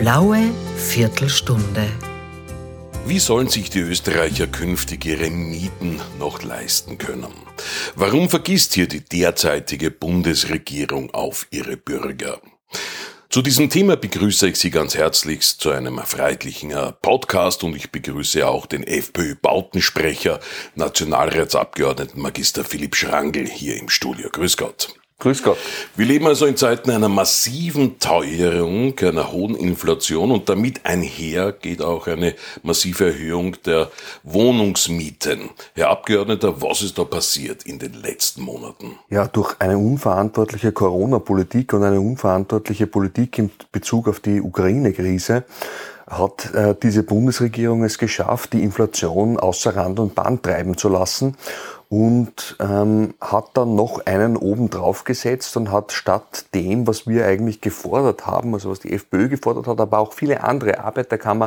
blaue Viertelstunde. Wie sollen sich die Österreicher künftig ihre Mieten noch leisten können? Warum vergisst hier die derzeitige Bundesregierung auf ihre Bürger? Zu diesem Thema begrüße ich Sie ganz herzlichst zu einem freiheitlichen Podcast und ich begrüße auch den FPÖ-Bautensprecher, Nationalratsabgeordneten Magister Philipp Schrangl hier im Studio. Grüß Gott. Grüß Gott. Wir leben also in Zeiten einer massiven Teuerung, einer hohen Inflation und damit einher geht auch eine massive Erhöhung der Wohnungsmieten. Herr Abgeordneter, was ist da passiert in den letzten Monaten? Ja, durch eine unverantwortliche Corona-Politik und eine unverantwortliche Politik in Bezug auf die Ukraine-Krise hat diese Bundesregierung es geschafft, die Inflation außer Rand und Band treiben zu lassen und hat dann noch einen oben drauf gesetzt und hat statt dem, was wir eigentlich gefordert haben, also was die FPÖ gefordert hat, aber auch viele andere, Arbeiterkammer,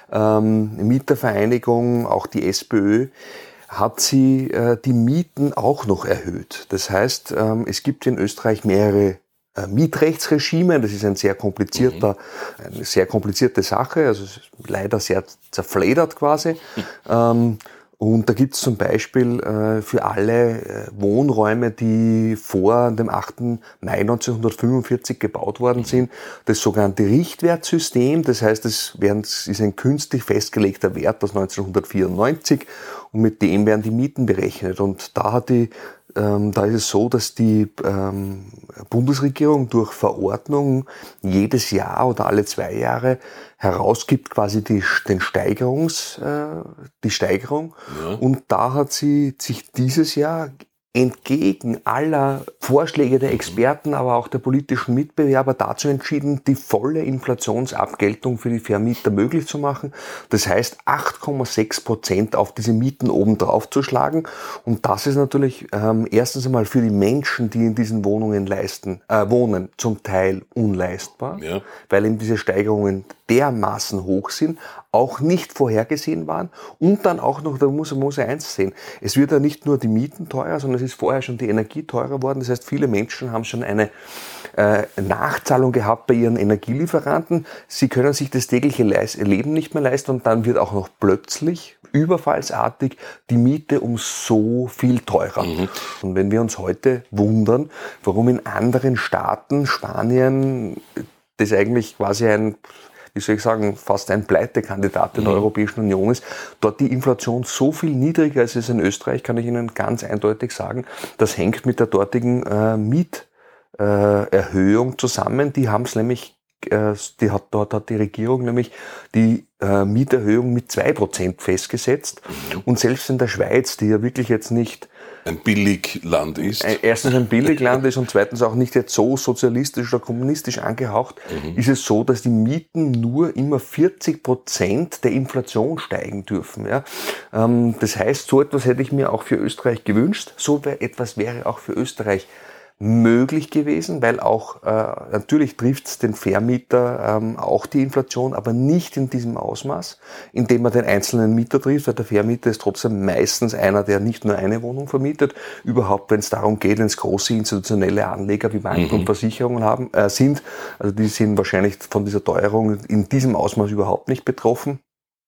Mietervereinigung, auch die SPÖ, hat sie die Mieten auch noch erhöht. Das heißt, es gibt in Österreich mehrere Mietrechtsregime, das ist eine sehr komplizierte Sache, also leider sehr zerfledert quasi. Und da gibt es zum Beispiel für alle Wohnräume, die vor dem 8. Mai 1945 gebaut worden sind, das sogenannte Richtwertsystem. Das heißt, es ist ein künstlich festgelegter Wert aus 1994 und mit dem werden die Mieten berechnet. Und da ist es so, dass die Bundesregierung durch Verordnung jedes Jahr oder alle 2 Jahre herausgibt quasi die Steigerung. Ja. Und da hat sie sich dieses Jahr entgegen aller Vorschläge der Experten, aber auch der politischen Mitbewerber dazu entschieden, die volle Inflationsabgeltung für die Vermieter möglich zu machen. Das heißt, 8,6% auf diese Mieten obendrauf zu schlagen. Und das ist natürlich erstens einmal für die Menschen, die in diesen Wohnungen wohnen, zum Teil unleistbar, ja, weil eben diese Steigerungen dermaßen hoch sind, auch nicht vorhergesehen waren und dann auch noch, da muss man eins sehen, es wird ja nicht nur die Mieten teurer, sondern es ist vorher schon die Energie teurer geworden. Das heißt, viele Menschen haben schon eine Nachzahlung gehabt bei ihren Energielieferanten. Sie können sich das tägliche Leben nicht mehr leisten und dann wird auch noch plötzlich überfallsartig die Miete um so viel teurer. Und wenn wir uns heute wundern, warum in anderen Staaten, Spanien, das eigentlich quasi fast ein Pleitekandidat in der Europäischen Union ist, dort die Inflation so viel niedriger als es in Österreich, kann ich Ihnen ganz eindeutig sagen. Das hängt mit der dortigen Mieterhöhung zusammen. Dort hat die Regierung nämlich die Mieterhöhung mit 2% festgesetzt. Und selbst in der Schweiz, die ja wirklich jetzt nicht ein Billigland ist. Erstens ein Billigland ist und zweitens auch nicht jetzt so sozialistisch oder kommunistisch angehaucht, ist es so, dass die Mieten nur immer 40% der Inflation steigen dürfen. Ja? Das heißt, so etwas hätte ich mir auch für Österreich gewünscht. So etwas wäre auch für Österreich möglich gewesen, weil auch natürlich trifft es den Vermieter auch die Inflation, aber nicht in diesem Ausmaß, indem man den einzelnen Mieter trifft, weil der Vermieter ist trotzdem meistens einer, der nicht nur eine Wohnung vermietet. Überhaupt, wenn es darum geht, wenn es große institutionelle Anleger wie Banken und Versicherungen sind, also die sind wahrscheinlich von dieser Teuerung in diesem Ausmaß überhaupt nicht betroffen,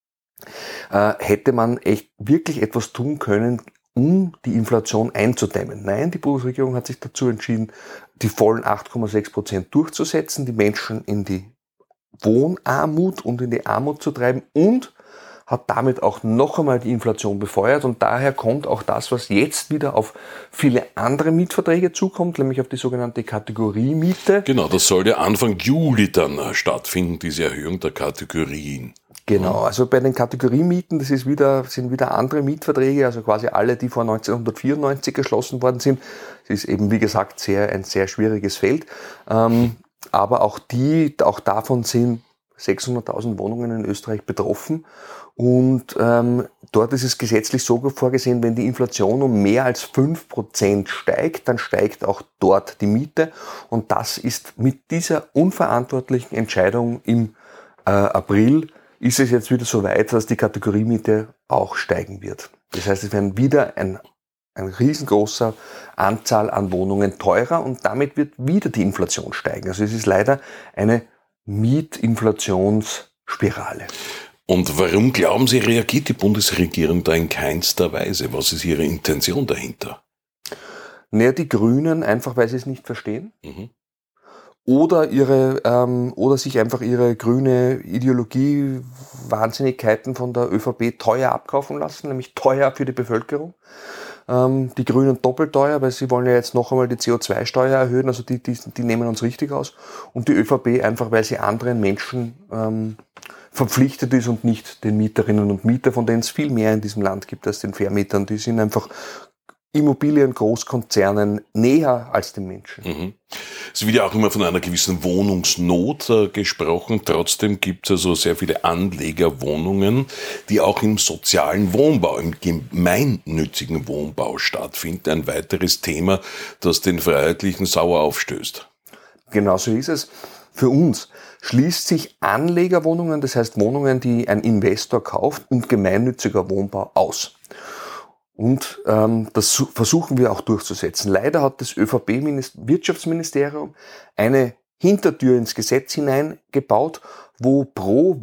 hätte man echt wirklich etwas tun können, um die Inflation einzudämmen. Nein, die Bundesregierung hat sich dazu entschieden, die vollen 8,6% durchzusetzen, die Menschen in die Wohnarmut und in die Armut zu treiben und hat damit auch noch einmal die Inflation befeuert und daher kommt auch das, was jetzt wieder auf viele andere Mietverträge zukommt, nämlich auf die sogenannte Kategoriemiete. Genau, das soll ja Anfang Juli dann stattfinden, diese Erhöhung der Kategorien. Genau, also bei den Kategoriemieten, sind wieder andere Mietverträge, also quasi alle, die vor 1994 geschlossen worden sind. Das ist eben, wie gesagt, ein sehr schwieriges Feld. Aber auch davon sind 600.000 Wohnungen in Österreich betroffen. Und dort ist es gesetzlich so vorgesehen, wenn die Inflation um mehr als 5% steigt, dann steigt auch dort die Miete. Und das ist mit dieser unverantwortlichen Entscheidung im April ist es jetzt wieder so weit, dass die Kategoriemiete auch steigen wird. Das heißt, es werden wieder ein riesengroßer Anzahl an Wohnungen teurer und damit wird wieder die Inflation steigen. Also es ist leider eine Mietinflationsspirale. Und warum glauben Sie, reagiert die Bundesregierung da in keinster Weise? Was ist Ihre Intention dahinter? Naja, die Grünen einfach, weil sie es nicht verstehen. Oder sich einfach ihre grüne Ideologie Wahnsinnigkeiten von der ÖVP teuer abkaufen lassen, nämlich teuer für die Bevölkerung. Die Grünen doppelt teuer, weil sie wollen ja jetzt noch einmal die CO2-Steuer erhöhen, also die nehmen uns richtig aus. Und die ÖVP einfach, weil sie anderen Menschen verpflichtet ist und nicht den Mieterinnen und Mietern, von denen es viel mehr in diesem Land gibt als den Vermietern. Die sind einfach Immobiliengroßkonzernen näher als den Menschen. Es wird ja auch immer von einer gewissen Wohnungsnot gesprochen. Trotzdem gibt es also sehr viele Anlegerwohnungen, die auch im sozialen Wohnbau, im gemeinnützigen Wohnbau stattfinden. Ein weiteres Thema, das den Freiheitlichen sauer aufstößt. Genau so ist es. Für uns schließt sich Anlegerwohnungen, das heißt Wohnungen, die ein Investor kauft, und gemeinnütziger Wohnbau aus. Und das versuchen wir auch durchzusetzen. Leider hat das ÖVP-Wirtschaftsministerium eine Hintertür ins Gesetz hineingebaut, wo pro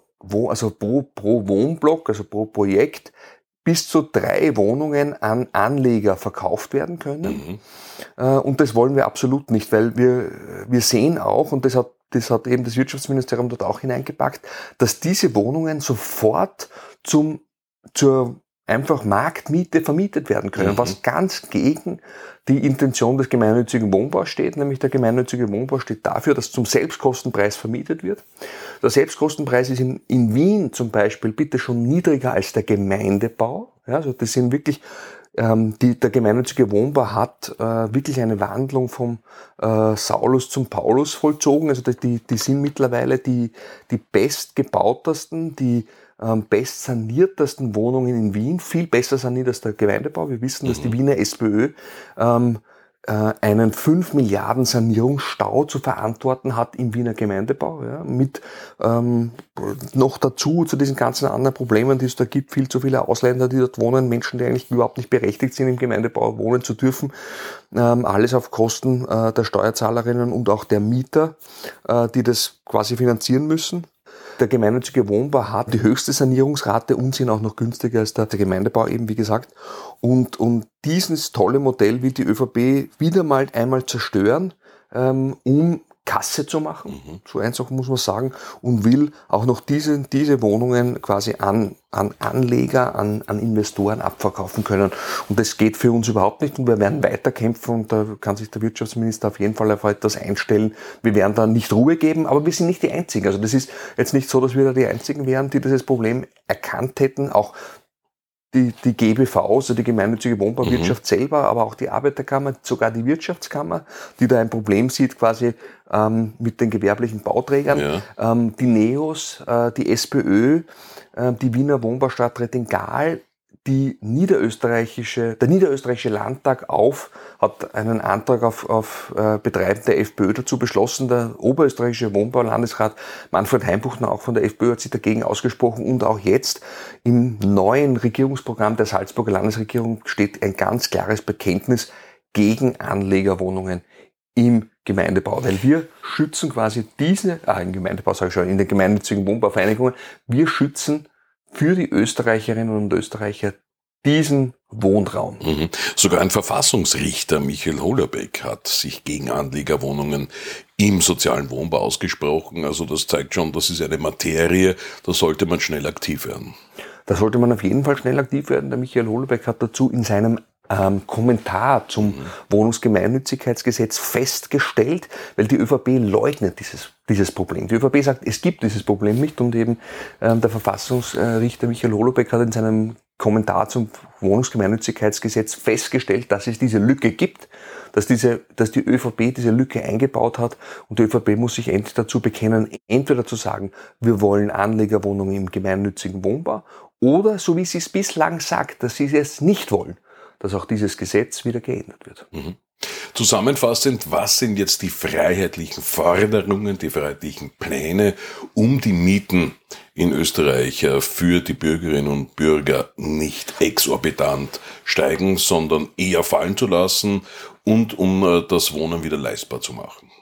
Wohnblock, also pro Projekt, bis zu 3 Wohnungen an Anleger verkauft werden können. Und das wollen wir absolut nicht, weil wir sehen auch, und das hat eben das Wirtschaftsministerium dort auch hineingepackt, dass diese Wohnungen sofort zur einfach Marktmiete vermietet werden können, was ganz gegen die Intention des gemeinnützigen Wohnbaus steht. Nämlich der gemeinnützige Wohnbau steht dafür, dass zum Selbstkostenpreis vermietet wird. Der Selbstkostenpreis ist in Wien zum Beispiel bitte schon niedriger als der Gemeindebau. Ja, also das sind wirklich der gemeinnützige Wohnbau hat wirklich eine Wandlung vom Saulus zum Paulus vollzogen. Also die sind mittlerweile die bestgebautesten, die bestsaniertesten Wohnungen in Wien, viel besser saniert als der Gemeindebau. Wir wissen, dass die Wiener SPÖ einen 5 Milliarden Sanierungsstau zu verantworten hat im Wiener Gemeindebau, ja, mit noch dazu zu diesen ganzen anderen Problemen, die es da gibt, viel zu viele Ausländer, die dort wohnen, Menschen, die eigentlich überhaupt nicht berechtigt sind, im Gemeindebau wohnen zu dürfen, alles auf Kosten der Steuerzahlerinnen und auch der Mieter, die das quasi finanzieren müssen. Der gemeinnützige Wohnbau hat die höchste Sanierungsrate und sind auch noch günstiger als der Gemeindebau eben, wie gesagt. Und dieses tolle Modell will die ÖVP wieder einmal zerstören, um Kasse zu machen, so einfach muss man sagen, und will auch noch diese Wohnungen quasi an Anleger, an Investoren abverkaufen können. Und das geht für uns überhaupt nicht, und wir werden weiterkämpfen, und da kann sich der Wirtschaftsminister auf jeden Fall auf etwas einstellen. Wir werden da nicht Ruhe geben, aber wir sind nicht die Einzigen. Also das ist jetzt nicht so, dass wir da die Einzigen wären, die dieses Problem erkannt hätten. Auch die GBV, also die gemeinnützige Wohnbauwirtschaft selber, aber auch die Arbeiterkammer, sogar die Wirtschaftskammer, die da ein Problem sieht quasi mit den gewerblichen Bauträgern, die NEOS, die SPÖ, die Wiener Wohnbaustadträtin Gahl, der niederösterreichische Landtag hat einen Antrag auf Betreiben der FPÖ dazu beschlossen. Der oberösterreichische Wohnbaulandesrat Manfred Heimbuchner, auch von der FPÖ, hat sich dagegen ausgesprochen, und auch jetzt im neuen Regierungsprogramm der Salzburger Landesregierung steht ein ganz klares Bekenntnis gegen Anlegerwohnungen im Gemeindebau, weil wir schützen quasi im Gemeindebau sage ich schon, in den gemeinnützigen Wohnbauvereinigungen, wir schützen für die Österreicherinnen und Österreicher diesen Wohnraum. Sogar ein Verfassungsrichter, Michael Hollerbeck, hat sich gegen Anlegerwohnungen im sozialen Wohnbau ausgesprochen. Also das zeigt schon, das ist eine Materie, da sollte man schnell aktiv werden. Da sollte man auf jeden Fall schnell aktiv werden. Der Michael Hollerbeck hat dazu in seinem Kommentar zum Wohnungsgemeinnützigkeitsgesetz festgestellt, weil die ÖVP leugnet dieses Problem. Die ÖVP sagt, es gibt dieses Problem nicht, und eben der Verfassungsrichter Michael Hollerbeck hat in seinem Kommentar zum Wohnungsgemeinnützigkeitsgesetz festgestellt, dass es diese Lücke gibt, dass die ÖVP diese Lücke eingebaut hat, und die ÖVP muss sich endlich dazu bekennen, entweder zu sagen, wir wollen Anlegerwohnungen im gemeinnützigen Wohnbau, oder, so wie sie es bislang sagt, dass sie es nicht wollen, dass auch dieses Gesetz wieder geändert wird. Zusammenfassend, was sind jetzt die freiheitlichen Forderungen, die freiheitlichen Pläne, um die Mieten in Österreich für die Bürgerinnen und Bürger nicht exorbitant steigen, sondern eher fallen zu lassen und um das Wohnen wieder leistbar zu machen?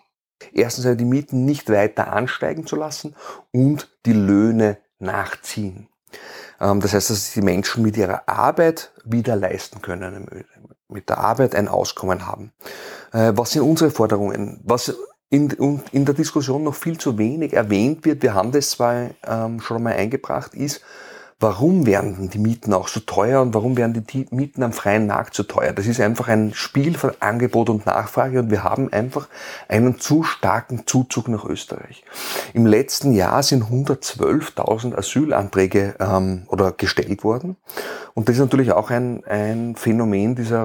erstens die Mieten nicht weiter ansteigen zu lassen und die Löhne nachziehen. Das heißt, dass die Menschen mit ihrer Arbeit wieder leisten können, mit der Arbeit ein Auskommen haben. Was sind unsere Forderungen? Was in der Diskussion noch viel zu wenig erwähnt wird, wir haben das zwar schon einmal eingebracht, ist, warum werden die Mieten auch so teuer und warum werden die Mieten am freien Markt so teuer? Das ist einfach ein Spiel von Angebot und Nachfrage und wir haben einfach einen zu starken Zuzug nach Österreich. Im letzten Jahr sind 112.000 Asylanträge oder gestellt worden und das ist natürlich auch ein Phänomen dieser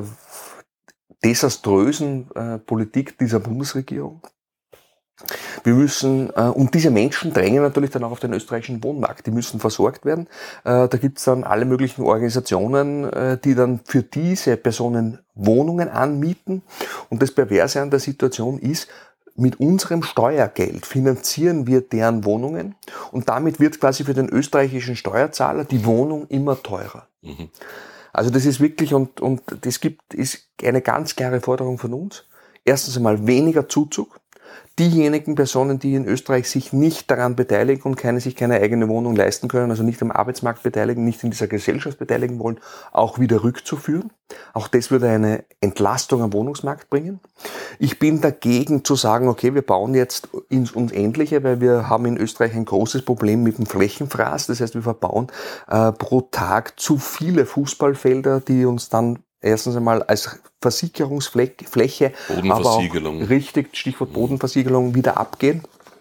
desaströsen Politik dieser Bundesregierung. Wir müssen, und diese Menschen drängen natürlich dann auch auf den österreichischen Wohnmarkt. Die müssen versorgt werden. Da gibt's dann alle möglichen Organisationen, die dann für diese Personen Wohnungen anmieten. Und das Perverse an der Situation ist, mit unserem Steuergeld finanzieren wir deren Wohnungen und damit wird quasi für den österreichischen Steuerzahler die Wohnung immer teurer. Mhm. Also das ist wirklich, und ist eine ganz klare Forderung von uns. Erstens einmal weniger Zuzug. Diejenigen Personen, die in Österreich sich nicht daran beteiligen und sich keine eigene Wohnung leisten können, also nicht am Arbeitsmarkt beteiligen, nicht in dieser Gesellschaft beteiligen wollen, auch wieder rückzuführen. Auch das würde eine Entlastung am Wohnungsmarkt bringen. Ich bin dagegen zu sagen, okay, wir bauen jetzt ins Unendliche, weil wir haben in Österreich ein großes Problem mit dem Flächenfraß. Das heißt, wir verbauen pro Tag zu viele Fußballfelder, die uns dann erstens einmal als Versickerungsfläche, aber auch richtig, Stichwort Bodenversiegelung, wieder abgehen.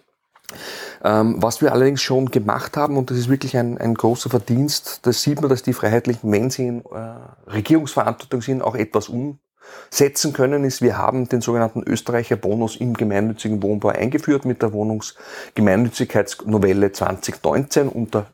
Was wir allerdings schon gemacht haben, und das ist wirklich ein großer Verdienst, das sieht man, dass die Freiheitlichen, wenn sie in Regierungsverantwortung sind, auch etwas umsetzen können, ist, wir haben den sogenannten Österreicher Bonus im gemeinnützigen Wohnbau eingeführt mit der Wohnungsgemeinnützigkeitsnovelle 2019 unter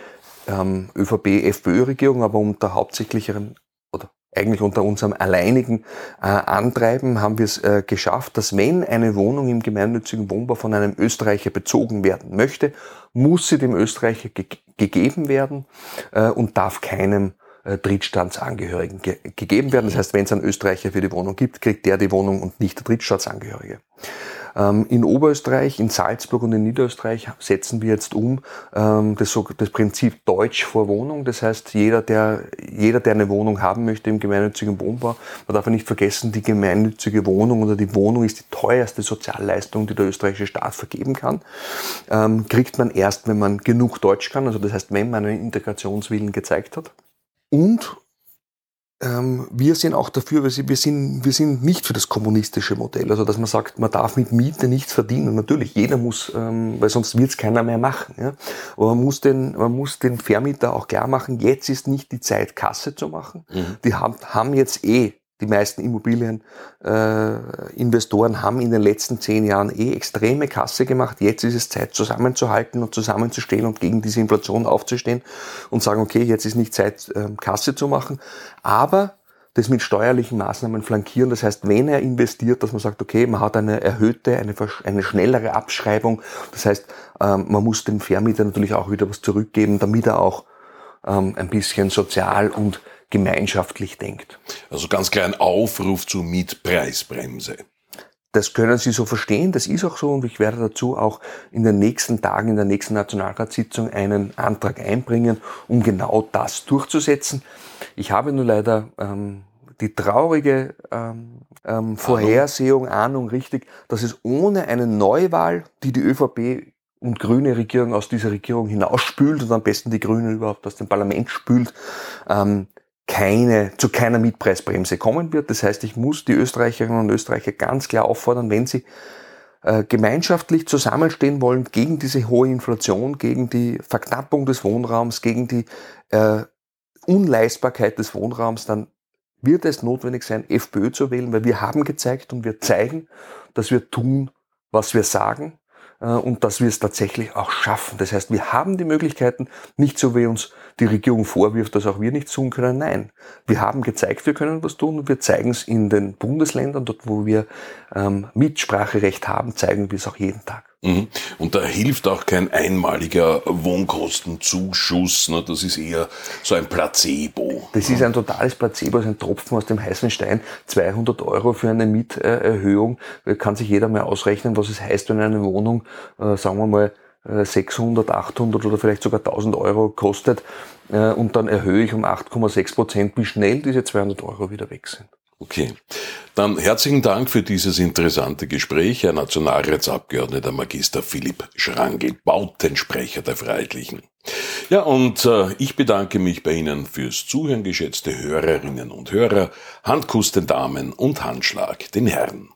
ÖVP-FPÖ-Regierung, aber unter hauptsächlicheren oder eigentlich unter unserem alleinigen Antreiben haben wir es geschafft, dass wenn eine Wohnung im gemeinnützigen Wohnbau von einem Österreicher bezogen werden möchte, muss sie dem Österreicher gegeben werden und darf keinem Drittstaatsangehörigen gegeben werden. Das heißt, wenn es einen Österreicher für die Wohnung gibt, kriegt der die Wohnung und nicht der Drittstaatsangehörige. In Oberösterreich, in Salzburg und in Niederösterreich setzen wir jetzt das Prinzip Deutsch vor Wohnung. Das heißt, jeder, der eine Wohnung haben möchte im gemeinnützigen Wohnbau, man darf ja nicht vergessen, die gemeinnützige Wohnung oder die Wohnung ist die teuerste Sozialleistung, die der österreichische Staat vergeben kann. Kriegt man erst, wenn man genug Deutsch kann, also das heißt, wenn man einen Integrationswillen gezeigt hat. Und wir sind auch dafür, wir sind nicht für das kommunistische Modell, also dass man sagt, man darf mit Miete nichts verdienen. Natürlich, jeder muss, weil sonst wird es keiner mehr machen. Ja? Aber man muss den Vermieter auch klar machen, jetzt ist nicht die Zeit, Kasse zu machen. Mhm. Die haben jetzt die meisten Immobilieninvestoren haben in den letzten 10 Jahren extreme Kasse gemacht. Jetzt ist es Zeit, zusammenzuhalten und zusammenzustehen und gegen diese Inflation aufzustehen und sagen, okay, jetzt ist nicht Zeit, Kasse zu machen. Aber das mit steuerlichen Maßnahmen flankieren. Das heißt, wenn er investiert, dass man sagt, okay, man hat eine erhöhte, eine schnellere Abschreibung. Das heißt, man muss dem Vermieter natürlich auch wieder was zurückgeben, damit er auch ein bisschen sozial und gemeinschaftlich denkt. Also ganz klar ein Aufruf zur Mietpreisbremse. Das können Sie so verstehen, das ist auch so und ich werde dazu auch in den nächsten Tagen, in der nächsten Nationalratssitzung einen Antrag einbringen, um genau das durchzusetzen. Ich habe nur leider die traurige Ahnung, richtig, dass es ohne eine Neuwahl, die ÖVP und grüne Regierung aus dieser Regierung hinausspült und am besten die Grünen überhaupt aus dem Parlament spült, zu keiner Mietpreisbremse kommen wird. Das heißt, ich muss die Österreicherinnen und Österreicher ganz klar auffordern, wenn sie gemeinschaftlich zusammenstehen wollen gegen diese hohe Inflation, gegen die Verknappung des Wohnraums, gegen die Unleistbarkeit des Wohnraums, dann wird es notwendig sein, FPÖ zu wählen, weil wir haben gezeigt und wir zeigen, dass wir tun, was wir sagen. Und dass wir es tatsächlich auch schaffen. Das heißt, wir haben die Möglichkeiten, nicht so wie uns die Regierung vorwirft, dass auch wir nichts tun können. Nein, wir haben gezeigt, wir können was tun und wir zeigen es in den Bundesländern, dort wo wir Mitspracherecht haben, zeigen wir es auch jeden Tag. Und da hilft auch kein einmaliger Wohnkostenzuschuss, ne? Das ist eher so ein Placebo. Das ist ein totales Placebo, das ist ein Tropfen aus dem heißen Stein. 200 € für eine Mieterhöhung. Da kann sich jeder mal ausrechnen, was es heißt, wenn eine Wohnung, sagen wir mal, 600, 800 oder vielleicht sogar 1000 € kostet. Und dann erhöhe ich um 8,6%, wie schnell diese 200 € wieder weg sind. Okay, dann herzlichen Dank für dieses interessante Gespräch, Herr Nationalratsabgeordneter Magister Philipp Schrangl, Bautensprecher der Freiheitlichen. Ja, und ich bedanke mich bei Ihnen fürs Zuhören, geschätzte Hörerinnen und Hörer. Handkuss den Damen und Handschlag den Herren.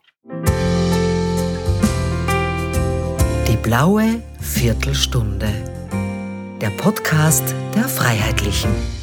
Die blaue Viertelstunde. Der Podcast der Freiheitlichen.